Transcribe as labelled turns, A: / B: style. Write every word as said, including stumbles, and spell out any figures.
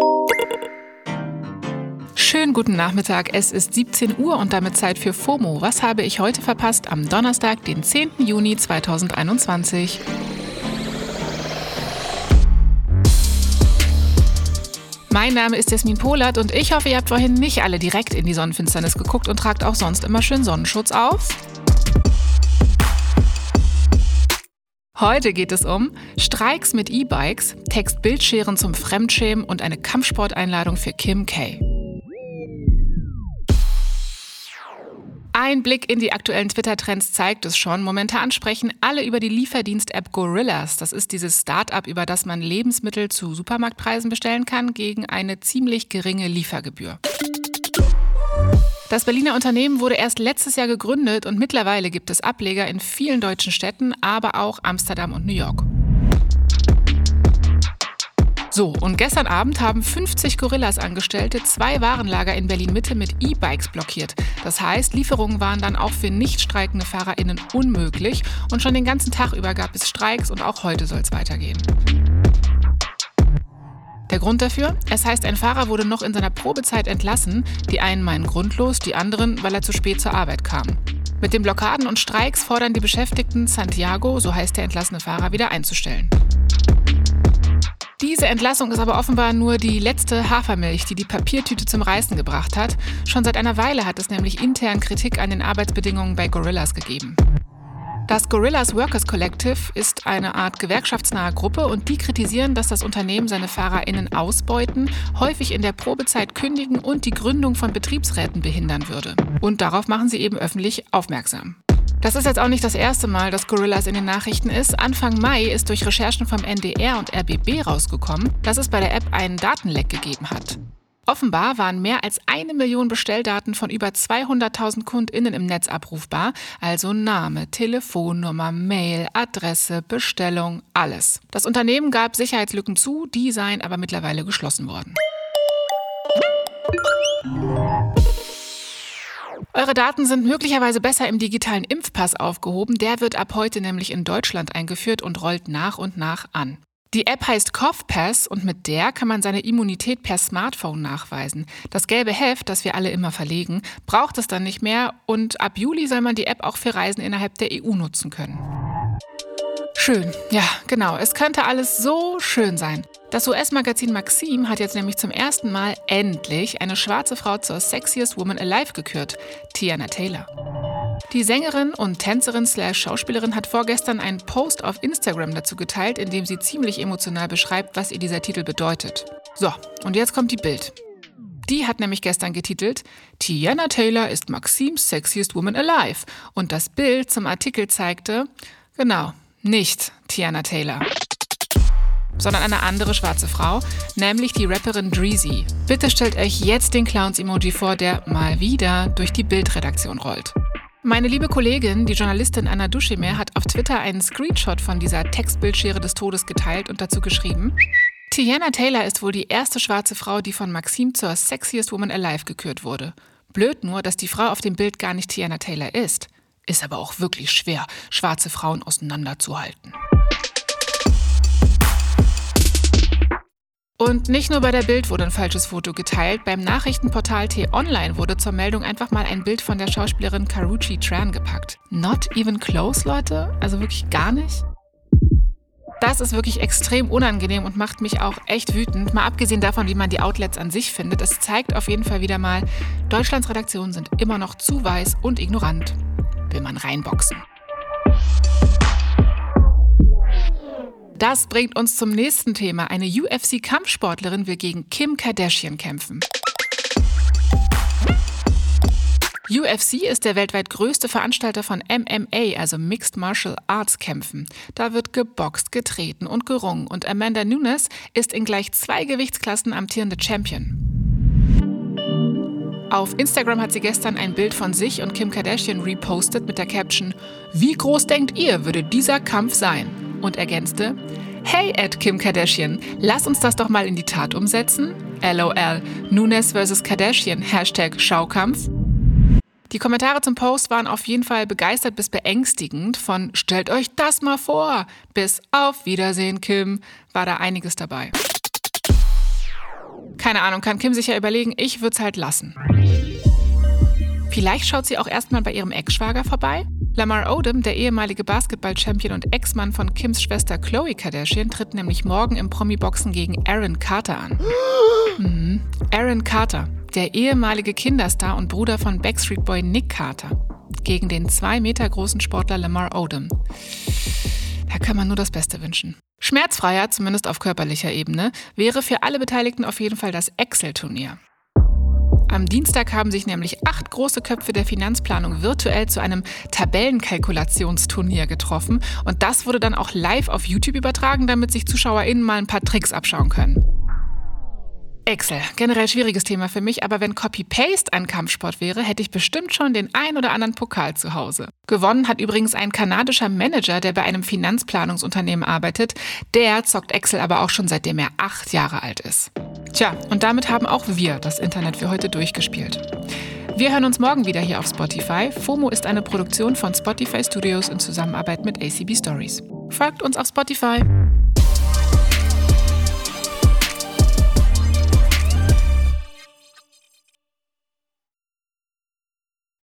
A: Schönen guten Nachmittag, es ist siebzehn Uhr und damit Zeit für FOMO. Was habe ich heute verpasst am Donnerstag, den zehnten Juni zweitausendeinundzwanzig? Mein Name ist Jasmin Polat und ich hoffe, ihr habt vorhin nicht alle direkt in die Sonnenfinsternis geguckt und tragt auch sonst immer schön Sonnenschutz auf. Heute geht es um Streiks mit E-Bikes, Text-Bildscheren zum Fremdschämen und eine Kampfsporteinladung für Kim K. Ein Blick in die aktuellen Twitter-Trends zeigt es schon. Momentan sprechen alle über die Lieferdienst-App Gorillas. Das ist dieses Start-up, über das man Lebensmittel zu Supermarktpreisen bestellen kann, gegen eine ziemlich geringe Liefergebühr. Das Berliner Unternehmen wurde erst letztes Jahr gegründet und mittlerweile gibt es Ableger in vielen deutschen Städten, aber auch Amsterdam und New York. So, und gestern Abend haben fünfzig Gorillas-Angestellte zwei Warenlager in Berlin-Mitte mit E-Bikes blockiert. Das heißt, Lieferungen waren dann auch für nicht streikende FahrerInnen unmöglich und schon den ganzen Tag über gab es Streiks und auch heute soll es weitergehen. Der Grund dafür? Es heißt, ein Fahrer wurde noch in seiner Probezeit entlassen. Die einen meinen grundlos, die anderen, weil er zu spät zur Arbeit kam. Mit den Blockaden und Streiks fordern die Beschäftigten, Santiago, so heißt der entlassene Fahrer, wieder einzustellen. Diese Entlassung ist aber offenbar nur die letzte Hafermilch, die die Papiertüte zum Reißen gebracht hat. Schon seit einer Weile hat es nämlich intern Kritik an den Arbeitsbedingungen bei Gorillas gegeben. Das Gorillas Workers Collective ist eine Art gewerkschaftsnahe Gruppe und die kritisieren, dass das Unternehmen seine FahrerInnen ausbeuten, häufig in der Probezeit kündigen und die Gründung von Betriebsräten behindern würde. Und darauf machen sie eben öffentlich aufmerksam. Das ist jetzt auch nicht das erste Mal, dass Gorillas in den Nachrichten ist. Anfang Mai ist durch Recherchen vom N D R und R B B rausgekommen, dass es bei der App einen Datenleck gegeben hat. Offenbar waren mehr als eine Million Bestelldaten von über zweihunderttausend KundInnen im Netz abrufbar, also Name, Telefonnummer, Mail, Adresse, Bestellung, alles. Das Unternehmen gab Sicherheitslücken zu, die seien aber mittlerweile geschlossen worden. Eure Daten sind möglicherweise besser im digitalen Impfpass aufgehoben. Der wird ab heute nämlich in Deutschland eingeführt und rollt nach und nach an. Die App heißt CoughPass und mit der kann man seine Immunität per Smartphone nachweisen. Das gelbe Heft, das wir alle immer verlegen, braucht es dann nicht mehr und ab Juli soll man die App auch für Reisen innerhalb der E U nutzen können. Schön, ja, genau. Es könnte alles so schön sein. Das U S-Magazin Maxim hat jetzt nämlich zum ersten Mal endlich eine schwarze Frau zur Sexiest Woman Alive gekürt, Teyana Taylor. Die Sängerin und Tänzerin slash Schauspielerin hat vorgestern einen Post auf Instagram dazu geteilt, in dem sie ziemlich emotional beschreibt, was ihr dieser Titel bedeutet. So, und jetzt kommt die Bild. Die hat nämlich gestern getitelt, Teyana Taylor ist Maxims Sexiest Woman Alive. Und das Bild zum Artikel zeigte, genau, nicht Teyana Taylor, sondern eine andere schwarze Frau, nämlich die Rapperin Dreezy. Bitte stellt euch jetzt den Clowns-Emoji vor, der mal wieder durch die Bildredaktion rollt. Meine liebe Kollegin, die Journalistin Anna Duschemer, hat auf Twitter einen Screenshot von dieser Textbildschere des Todes geteilt und dazu geschrieben, Teyana Taylor ist wohl die erste schwarze Frau, die von Maxim zur Sexiest Woman Alive gekürt wurde. Blöd nur, dass die Frau auf dem Bild gar nicht Teyana Taylor ist. Ist aber auch wirklich schwer, schwarze Frauen auseinanderzuhalten. Und nicht nur bei der Bild wurde ein falsches Foto geteilt, beim Nachrichtenportal T-Online wurde zur Meldung einfach mal ein Bild von der Schauspielerin Karrueche Tran gepackt. Not even close, Leute? Also wirklich gar nicht? Das ist wirklich extrem unangenehm und macht mich auch echt wütend. Mal abgesehen davon, wie man die Outlets an sich findet. Es zeigt auf jeden Fall wieder mal, Deutschlands Redaktionen sind immer noch zu weiß und ignorant. Will man reinboxen. Das bringt uns zum nächsten Thema. Eine U F C-Kampfsportlerin will gegen Kim Kardashian kämpfen. U F C ist der weltweit größte Veranstalter von M M A, also Mixed Martial Arts Kämpfen. Da wird geboxt, getreten und gerungen und Amanda Nunes ist in gleich zwei Gewichtsklassen amtierende Champion. Auf Instagram hat sie gestern ein Bild von sich und Kim Kardashian repostet mit der Caption „Wie groß denkt ihr, würde dieser Kampf sein?" und ergänzte „Hey at Kim Kardashian, lass uns das doch mal in die Tat umsetzen. LOL, Nunes versus Kardashian, Hashtag Schaukampf." Die Kommentare zum Post waren auf jeden Fall begeistert bis beängstigend. Von „Stellt euch das mal vor" bis „Auf Wiedersehen, Kim" war da einiges dabei. Keine Ahnung, kann Kim sich ja überlegen, ich würde es halt lassen. Vielleicht schaut sie auch erstmal bei ihrem Ex-Schwager vorbei. Lamar Odom, der ehemalige Basketball-Champion und Ex-Mann von Kims Schwester Khloe Kardashian, tritt nämlich morgen im Promi-Boxen gegen Aaron Carter an. Mhm. Aaron Carter, der ehemalige Kinderstar und Bruder von Backstreet Boy Nick Carter, gegen den zwei Meter großen Sportler Lamar Odom. Da kann man nur das Beste wünschen. Schmerzfreier, zumindest auf körperlicher Ebene, wäre für alle Beteiligten auf jeden Fall das Excel-Turnier. Am Dienstag haben sich nämlich acht große Köpfe der Finanzplanung virtuell zu einem Tabellenkalkulationsturnier getroffen. Und das wurde dann auch live auf YouTube übertragen, damit sich ZuschauerInnen mal ein paar Tricks abschauen können. Excel, generell schwieriges Thema für mich, aber wenn Copy-Paste ein Kampfsport wäre, hätte ich bestimmt schon den ein oder anderen Pokal zu Hause. Gewonnen hat übrigens ein kanadischer Manager, der bei einem Finanzplanungsunternehmen arbeitet. Der zockt Excel aber auch schon seitdem er acht Jahre alt ist. Tja, und damit haben auch wir das Internet für heute durchgespielt. Wir hören uns morgen wieder hier auf Spotify. FOMO ist eine Produktion von Spotify Studios in Zusammenarbeit mit A C B Stories. Folgt uns auf Spotify.